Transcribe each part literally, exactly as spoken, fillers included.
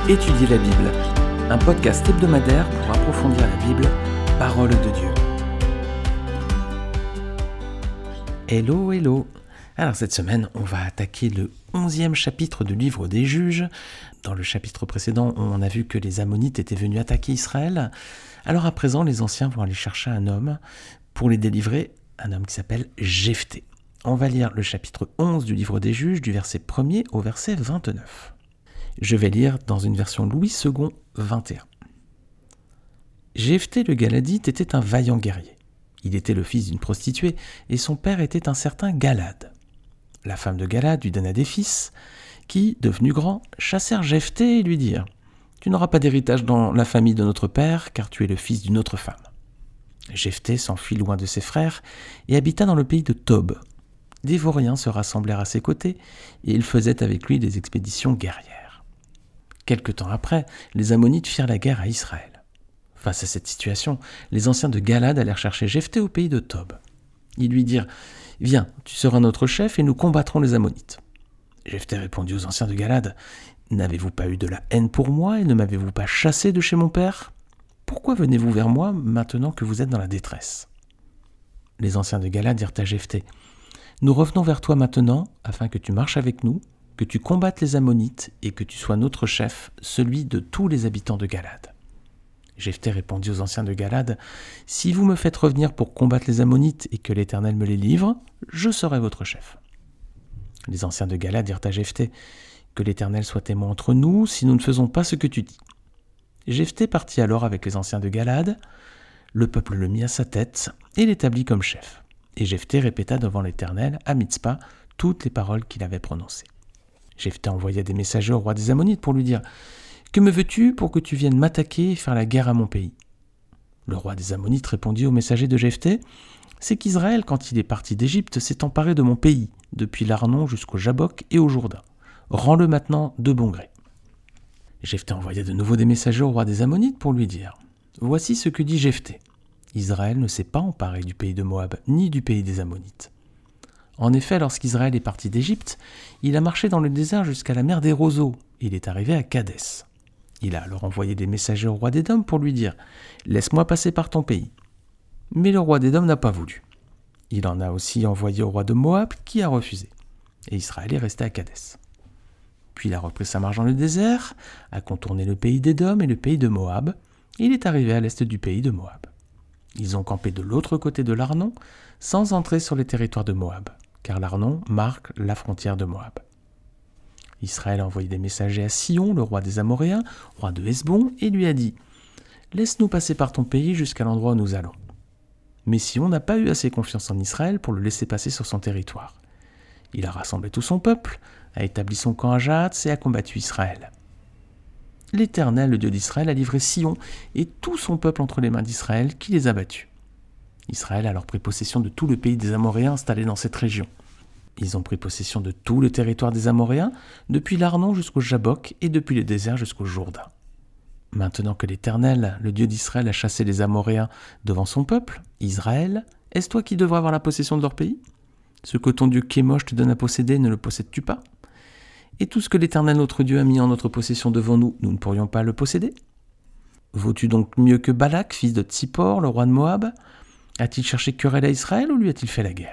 Étudier la Bible, un podcast hebdomadaire pour approfondir la Bible, parole de Dieu. Hello, hello. Alors cette semaine, on va attaquer le onzième chapitre du livre des Juges. Dans le chapitre précédent, on a vu que les Ammonites étaient venus attaquer Israël. Alors à présent, les anciens vont aller chercher un homme pour les délivrer, un homme qui s'appelle Jephthé. On va lire le chapitre onze du livre des Juges, du verset premier au verset vingt-neuf. Je vais lire dans une version Louis second, vingt et un. Jephthé le Galadite était un vaillant guerrier. Il était le fils d'une prostituée et son père était un certain Galad. La femme de Galad lui donna des fils qui, devenus grands, chassèrent Jephthé et lui dirent « Tu n'auras pas d'héritage dans la famille de notre père car tu es le fils d'une autre femme. » Jephthé s'enfuit loin de ses frères et habita dans le pays de Tob. Des vauriens se rassemblèrent à ses côtés et ils faisaient avec lui des expéditions guerrières. Quelque temps après, les Ammonites firent la guerre à Israël. Face à cette situation, les anciens de Galad allèrent chercher Jephthé au pays de Tob. Ils lui dirent « Viens, tu seras notre chef et nous combattrons les Ammonites. » Jephthé répondit aux anciens de Galad « N'avez-vous pas eu de la haine pour moi et ne m'avez-vous pas chassé de chez mon père ? Pourquoi venez-vous vers moi maintenant que vous êtes dans la détresse ?» Les anciens de Galad dirent à Jephthé « Nous revenons vers toi maintenant afin que tu marches avec nous, que tu combattes les Ammonites et que tu sois notre chef, celui de tous les habitants de Galad. » Jephthé répondit aux anciens de Galad « Si vous me faites revenir pour combattre les Ammonites et que l'Éternel me les livre, je serai votre chef. » Les anciens de Galad dirent à Jephthé « Que l'Éternel soit témoin entre nous si nous ne faisons pas ce que tu dis. » Jephthé partit alors avec les anciens de Galad. Le peuple le mit à sa tête et l'établit comme chef. Et Jephthé répéta devant l'Éternel à Mitzpa toutes les paroles qu'il avait prononcées. Jephthé envoya des messagers au roi des Ammonites pour lui dire « Que me veux-tu pour que tu viennes m'attaquer et faire la guerre à mon pays ?» Le roi des Ammonites répondit aux messagers de Jephthé « C'est qu'Israël, quand il est parti d'Égypte, s'est emparé de mon pays, depuis l'Arnon jusqu'au Jabbok et au Jourdain. Rends-le maintenant de bon gré. » Jephthé envoya de nouveau des messagers au roi des Ammonites pour lui dire « Voici ce que dit Jephthé. Israël ne s'est pas emparé du pays de Moab, ni du pays des Ammonites. En effet, lorsqu'Israël est parti d'Égypte, il a marché dans le désert jusqu'à la mer des roseaux. Il est arrivé à Kadès. Il a alors envoyé des messagers au roi d'Édom pour lui dire « Laisse-moi passer par ton pays. » Mais le roi d'Édom n'a pas voulu. Il en a aussi envoyé au roi de Moab qui a refusé. Et Israël est resté à Kadès. Puis il a repris sa marche dans le désert, a contourné le pays d'Édom et le pays de Moab, et il est arrivé à l'est du pays de Moab. Ils ont campé de l'autre côté de l'Arnon, sans entrer sur les territoires de Moab, car l'Arnon marque la frontière de Moab. Israël a envoyé des messagers à Sion, le roi des Amoréens, roi de Hesbon, et lui a dit « Laisse-nous passer par ton pays jusqu'à l'endroit où nous allons. » Mais Sion n'a pas eu assez confiance en Israël pour le laisser passer sur son territoire. Il a rassemblé tout son peuple, a établi son camp à Jahats et a combattu Israël. L'Éternel, le Dieu d'Israël, a livré Sion et tout son peuple entre les mains d'Israël, qui les a battus. Israël a alors pris possession de tout le pays des Amoréens installés dans cette région. Ils ont pris possession de tout le territoire des Amoréens, depuis l'Arnon jusqu'au Jabbok et depuis le désert jusqu'au Jourdain. Maintenant que l'Éternel, le Dieu d'Israël, a chassé les Amoréens devant son peuple, Israël, est-ce toi qui devrais avoir la possession de leur pays ? Ce que ton Dieu Kémosh te donne à posséder, ne le possèdes-tu pas ? Et tout ce que l'Éternel notre Dieu a mis en notre possession devant nous, nous ne pourrions pas le posséder ? Vaux-tu donc mieux que Balak, fils de Tsippor, le roi de Moab ? A-t-il cherché querelle à Israël ou lui a-t-il fait la guerre ?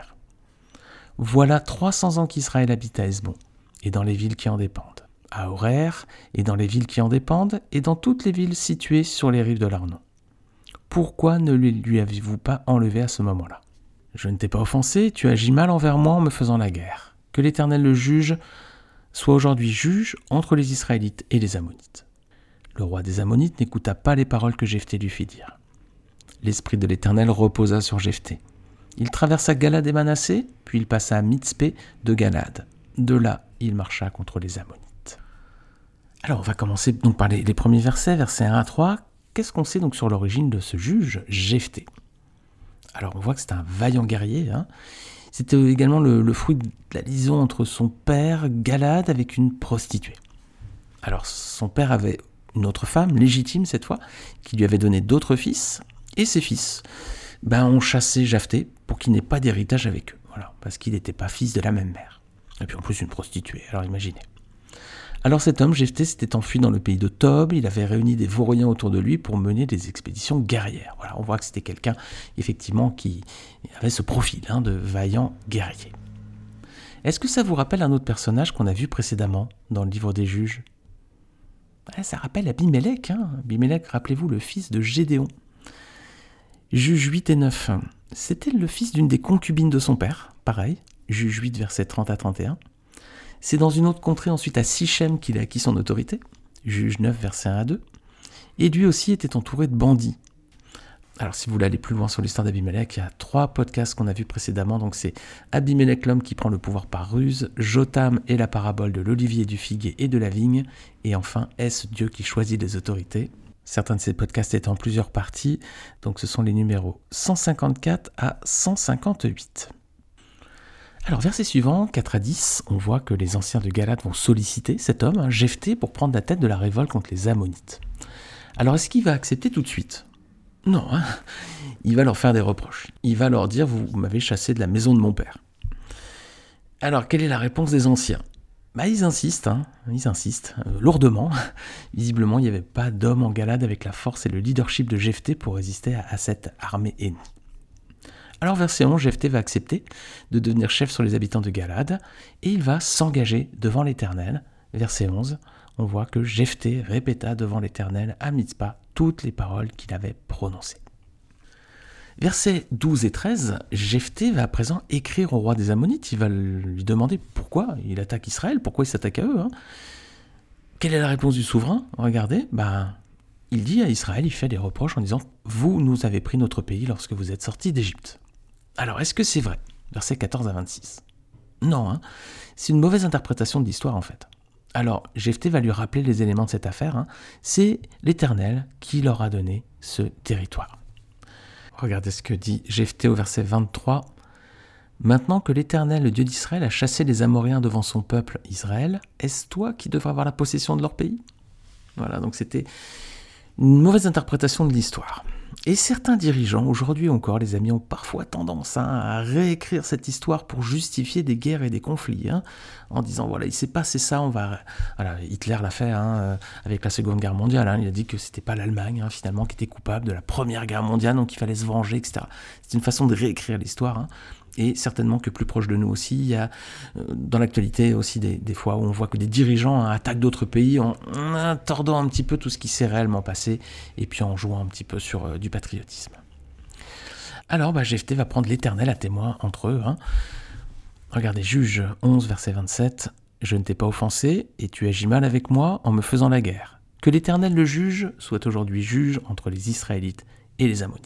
Voilà trois cents ans qu'Israël habite à Hesbon, et dans les villes qui en dépendent, à Horer, et dans les villes qui en dépendent, et dans toutes les villes situées sur les rives de l'Arnon. Pourquoi ne lui avez-vous pas enlevé à ce moment-là ? Je ne t'ai pas offensé, tu agis mal envers moi en me faisant la guerre. Que l'Éternel le juge soit aujourd'hui juge entre les Israélites et les Ammonites. » Le roi des Ammonites n'écouta pas les paroles que Jephthé lui fit dire. L'esprit de l'Éternel reposa sur Jephthé. Il traversa Galad et Manassé, puis il passa à Mitzpé de Galad. De là, il marcha contre les Ammonites. Alors, on va commencer donc par les, les premiers versets, versets un à trois. Qu'est-ce qu'on sait donc sur l'origine de ce juge, Jephthé ? Alors, on voit que c'est un vaillant guerrier. Hein. C'était également le, le fruit de la liaison entre son père, Galad, avec une prostituée. Alors, son père avait une autre femme, légitime cette fois, qui lui avait donné d'autres fils. Et ses fils ben, ont chassé Jephthé pour qu'il n'ait pas d'héritage avec eux. Voilà, parce qu'il n'était pas fils de la même mère. Et puis en plus une prostituée, alors imaginez. Alors cet homme, Jephthé, s'était enfui dans le pays de Tob, il avait réuni des vauriens autour de lui pour mener des expéditions guerrières. Voilà, on voit que c'était quelqu'un, effectivement, qui avait ce profil hein, de vaillant guerrier. Est-ce que ça vous rappelle un autre personnage qu'on a vu précédemment dans le livre des Juges ? Ouais, ça rappelle Abimélec, hein. Abimélec, rappelez-vous, le fils de Gédéon. Juges huit et neuf, c'était le fils d'une des concubines de son père, pareil, Juges huit, versets trente à trente et un. C'est dans une autre contrée ensuite à Sichem qu'il a acquis son autorité, Juges neuf, versets un à deux, et lui aussi était entouré de bandits. Alors si vous voulez aller plus loin sur l'histoire d'Abimélec, il y a trois podcasts qu'on a vus précédemment, donc c'est Abimélec l'homme qui prend le pouvoir par ruse, Jotham et la parabole de l'olivier, du figuier et de la vigne, et enfin Est-ce Dieu qui choisit les autorités. Certains de ces podcasts étant en plusieurs parties, donc ce sont les numéros cent cinquante-quatre à cent cinquante-huit. Alors, verset suivant, quatre à dix, on voit que les anciens de Galade vont solliciter cet homme, hein, Jephthé, pour prendre la tête de la révolte contre les Ammonites. Alors, est-ce qu'il va accepter tout de suite ? Non, hein. Il va leur faire des reproches. Il va leur dire « Vous m'avez chassé de la maison de mon père ». Alors, quelle est la réponse des anciens ? Bah, ils insistent, hein. ils insistent, euh, lourdement. Visiblement, il n'y avait pas d'homme en Galade avec la force et le leadership de Jephthé pour résister à, à cette armée ennemie. Alors verset onze, Jephthé va accepter de devenir chef sur les habitants de Galade et il va s'engager devant l'Éternel. Verset onze, on voit que Jephthé répéta devant l'Éternel à Mitzpah toutes les paroles qu'il avait prononcées. Versets douze et treize, Jephthé va à présent écrire au roi des Ammonites. Il va lui demander pourquoi il attaque Israël, pourquoi il s'attaque à eux. Hein. Quelle est la réponse du souverain ? Regardez, bah, il dit à Israël, il fait des reproches en disant « Vous nous avez pris notre pays lorsque vous êtes sortis d'Égypte ». Alors, est-ce que c'est vrai ? Versets quatorze à vingt-six. Non, hein, c'est une mauvaise interprétation de l'histoire en fait. Alors, Jephthé va lui rappeler les éléments de cette affaire. Hein. C'est l'Éternel qui leur a donné ce territoire. Regardez ce que dit Jephthé au verset vingt-trois. « Maintenant que l'Éternel, le Dieu d'Israël, a chassé les Amoréens devant son peuple Israël, est-ce toi qui devrais avoir la possession de leur pays ?» Voilà, donc c'était une mauvaise interprétation de l'histoire. Et certains dirigeants, aujourd'hui encore, les amis, ont parfois tendance hein, à réécrire cette histoire pour justifier des guerres et des conflits, hein, en disant, voilà, il s'est passé ça, on va... Voilà, Hitler l'a fait hein, avec la Seconde Guerre mondiale, hein, il a dit que c'était pas l'Allemagne, hein, finalement, qui était coupable de la Première Guerre mondiale, donc il fallait se venger, et cetera. C'est une façon de réécrire l'histoire, hein. Et certainement que plus proche de nous aussi, il y a euh, dans l'actualité aussi des, des fois où on voit que des dirigeants hein, attaquent d'autres pays en, en tordant un petit peu tout ce qui s'est réellement passé et puis en jouant un petit peu sur euh, du patriotisme. Alors bah, Jephthé va prendre l'Éternel à témoin entre eux. Hein. Regardez, Juges onze, verset vingt-sept. « Je ne t'ai pas offensé et tu agis mal avec moi en me faisant la guerre. Que l'Éternel le juge soit aujourd'hui juge entre les Israélites et les Ammonites. »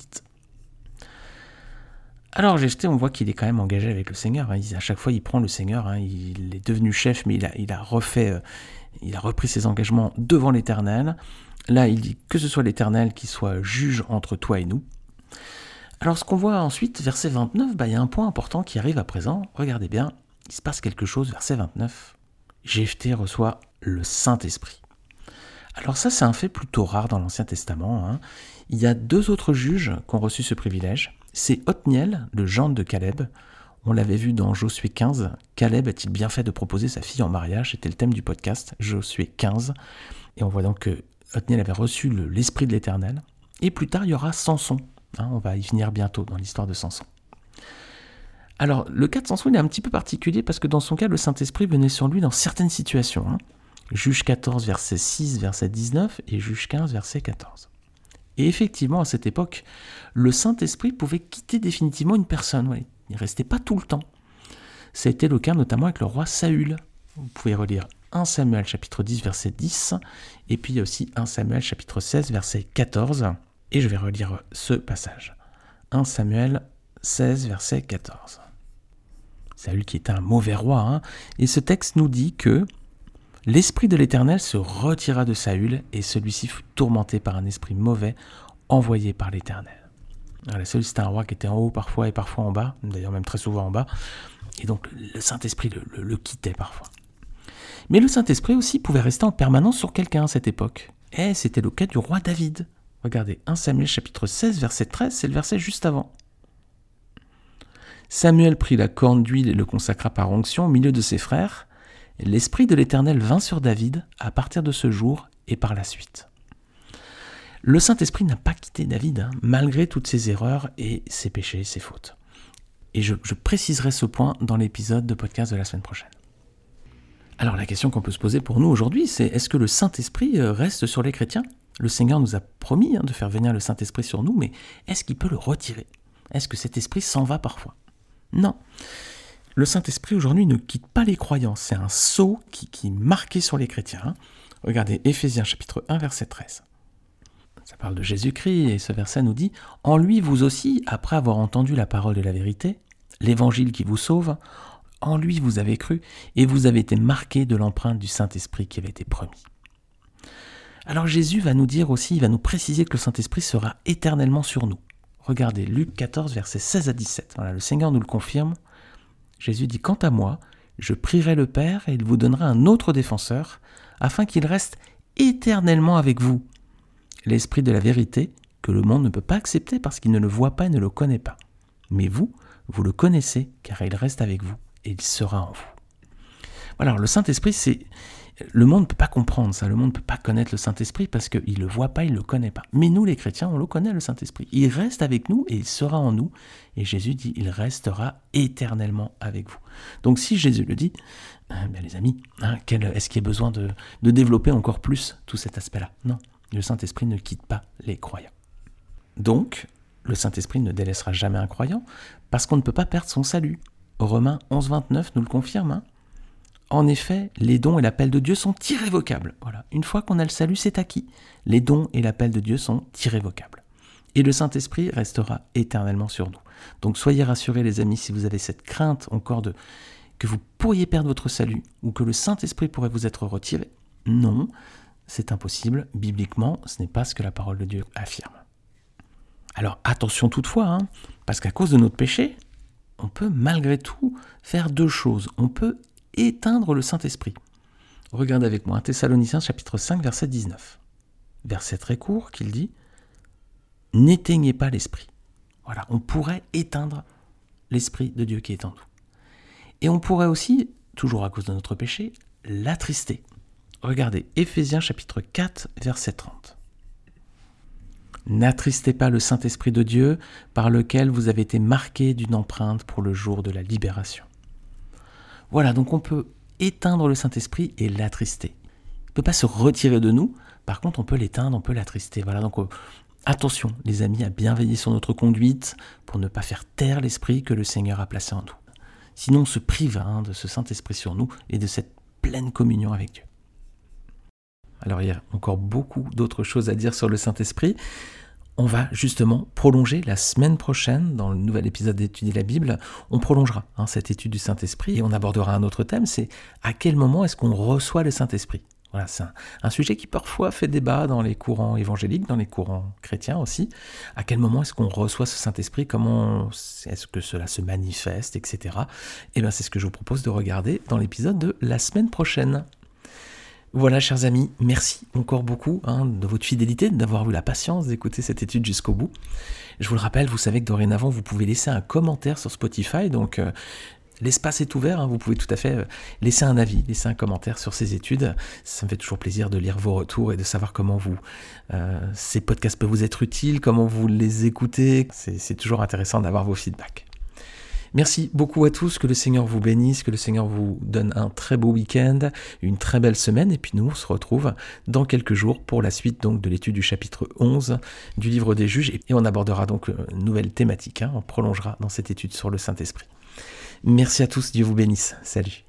Alors Jephthé, on voit qu'il est quand même engagé avec le Seigneur. Hein. Il, à chaque fois, il prend le Seigneur. Hein. Il est devenu chef, mais il a, il a refait, euh, il a repris ses engagements devant l'Éternel. Là, il dit que ce soit l'Éternel qui soit juge entre toi et nous. Alors, ce qu'on voit ensuite, verset vingt-neuf, bah, il y a un point important qui arrive à présent. Regardez bien, il se passe quelque chose, verset vingt-neuf. Jephthé reçoit le Saint-Esprit. Alors ça, c'est un fait plutôt rare dans l'Ancien Testament. Hein. Il y a deux autres juges qui ont reçu ce privilège. C'est Othniel, le gendre de Caleb. On l'avait vu dans Josué quinze. Caleb a-t-il bien fait de proposer sa fille en mariage ? C'était le thème du podcast, Josué quinze. Et on voit donc que Othniel avait reçu le, l'Esprit de l'Éternel. Et plus tard, il y aura Samson. Hein, on va y venir bientôt dans l'histoire de Samson. Alors, le cas de Samson, il est un petit peu particulier parce que dans son cas, le Saint-Esprit venait sur lui dans certaines situations. Hein. Juge quatorze, verset six, verset dix-neuf et Juge quinze, verset quatorze. Et effectivement, à cette époque, le Saint-Esprit pouvait quitter définitivement une personne. Ouais. Il ne restait pas tout le temps. Ça a été le cas notamment avec le roi Saül. Vous pouvez relire premier Samuel chapitre dix, verset dix, et puis il y a aussi premier Samuel chapitre seize, verset quatorze. Et je vais relire ce passage. premier Samuel seize, verset quatorze. Saül qui était un mauvais roi. Hein, et ce texte nous dit que l'esprit de l'Éternel se retira de Saül et celui-ci fut tourmenté par un esprit mauvais envoyé par l'Éternel. Alors, Saül, c'était un roi qui était en haut parfois et parfois en bas, d'ailleurs même très souvent en bas, et donc le Saint-Esprit le, le, le quittait parfois. Mais le Saint-Esprit aussi pouvait rester en permanence sur quelqu'un à cette époque. Et c'était le cas du roi David. Regardez, premier Samuel chapitre seize, verset treize, c'est le verset juste avant. Samuel prit la corne d'huile et le consacra par onction au milieu de ses frères. l'Esprit de l'Éternel vint sur David à partir de ce jour et par la suite. Le Saint-Esprit n'a pas quitté David, hein, malgré toutes ses erreurs et ses péchés, ses fautes. Et je, je préciserai ce point dans l'épisode de podcast de la semaine prochaine. Alors la question qu'on peut se poser pour nous aujourd'hui, c'est est-ce que le Saint-Esprit reste sur les chrétiens ? Le Seigneur nous a promis hein, de faire venir le Saint-Esprit sur nous, mais est-ce qu'il peut le retirer ? Est-ce que cet esprit s'en va parfois ? Non. Le Saint-Esprit aujourd'hui ne quitte pas les croyants, c'est un sceau qui, qui est marqué sur les chrétiens. Hein. Regardez Éphésiens chapitre un, verset treize. Ça parle de Jésus-Christ et ce verset nous dit « En lui, vous aussi, après avoir entendu la parole de la vérité, l'évangile qui vous sauve, en lui vous avez cru et vous avez été marqués de l'empreinte du Saint-Esprit qui avait été promis. » Alors Jésus va nous dire aussi, il va nous préciser que le Saint-Esprit sera éternellement sur nous. Regardez Luc quatorze, versets seize à dix-sept. Voilà, le Seigneur nous le confirme. Jésus dit « Quant à moi, je prierai le Père et il vous donnera un autre défenseur, afin qu'il reste éternellement avec vous. L'Esprit de la vérité, que le monde ne peut pas accepter parce qu'il ne le voit pas et ne le connaît pas. Mais vous, vous le connaissez, car il reste avec vous et il sera en vous. » Voilà, alors le Saint-Esprit, c'est... Le monde ne peut pas comprendre ça, le monde ne peut pas connaître le Saint-Esprit parce qu'il ne le voit pas, il ne le connaît pas. Mais nous, les chrétiens, on le connaît, le Saint-Esprit. Il reste avec nous et il sera en nous. Et Jésus dit, il restera éternellement avec vous. Donc si Jésus le dit, eh bien les amis, hein, quel, est-ce qu'il y a besoin de, de développer encore plus tout cet aspect-là ? Non, le Saint-Esprit ne quitte pas les croyants. Donc, le Saint-Esprit ne délaissera jamais un croyant parce qu'on ne peut pas perdre son salut. Romains onze, vingt-neuf nous le confirme, hein. En effet, les dons et l'appel de Dieu sont irrévocables. Voilà. Une fois qu'on a le salut, c'est acquis. Les dons et l'appel de Dieu sont irrévocables. Et le Saint-Esprit restera éternellement sur nous. Donc soyez rassurés les amis, si vous avez cette crainte encore de que vous pourriez perdre votre salut ou que le Saint-Esprit pourrait vous être retiré. Non, c'est impossible. Bibliquement, ce n'est pas ce que la parole de Dieu affirme. Alors attention toutefois, hein, parce qu'à cause de notre péché, on peut malgré tout faire deux choses. On peut éteindre le Saint-Esprit. Regardez avec moi, Thessaloniciens chapitre cinq, verset dix-neuf. Verset très court qu'il dit « N'éteignez pas l'Esprit ». Voilà, on pourrait éteindre l'Esprit de Dieu qui est en nous. Et on pourrait aussi, toujours à cause de notre péché, l'attrister. Regardez, Éphésiens chapitre quatre, verset trente. « N'attristez pas le Saint-Esprit de Dieu, par lequel vous avez été marqués d'une empreinte pour le jour de la libération. » Voilà, donc on peut éteindre le Saint-Esprit et l'attrister. Il ne peut pas se retirer de nous, par contre on peut l'éteindre, on peut l'attrister. Voilà, donc euh, attention les amis à bien veiller sur notre conduite pour ne pas faire taire l'Esprit que le Seigneur a placé en nous. Sinon on se prive hein, de ce Saint-Esprit sur nous et de cette pleine communion avec Dieu. Alors il y a encore beaucoup d'autres choses à dire sur le Saint-Esprit. On va justement prolonger la semaine prochaine, dans le nouvel épisode d'Étudier la Bible, on prolongera hein, cette étude du Saint-Esprit et on abordera un autre thème, c'est à quel moment est-ce qu'on reçoit le Saint-Esprit ? Voilà, c'est un, un sujet qui parfois fait débat dans les courants évangéliques, dans les courants chrétiens aussi. À quel moment est-ce qu'on reçoit ce Saint-Esprit ? Comment est-ce que cela se manifeste, et cetera. Et bien c'est ce que je vous propose de regarder dans l'épisode de la semaine prochaine. Voilà, chers amis, merci encore beaucoup hein, de votre fidélité, d'avoir eu la patience d'écouter cette étude jusqu'au bout. Je vous le rappelle, vous savez que dorénavant, vous pouvez laisser un commentaire sur Spotify, donc euh, l'espace est ouvert, hein, vous pouvez tout à fait euh, laisser un avis, laisser un commentaire sur ces études. Ça me fait toujours plaisir de lire vos retours et de savoir comment vous, euh, ces podcasts peuvent vous être utiles, comment vous les écoutez. C'est, c'est toujours intéressant d'avoir vos feedbacks. Merci beaucoup à tous, que le Seigneur vous bénisse, que le Seigneur vous donne un très beau week-end, une très belle semaine, et puis nous on se retrouve dans quelques jours pour la suite donc de l'étude du chapitre onze du livre des Juges, et on abordera donc une nouvelle thématique, hein, on prolongera dans cette étude sur le Saint-Esprit. Merci à tous, Dieu vous bénisse, salut.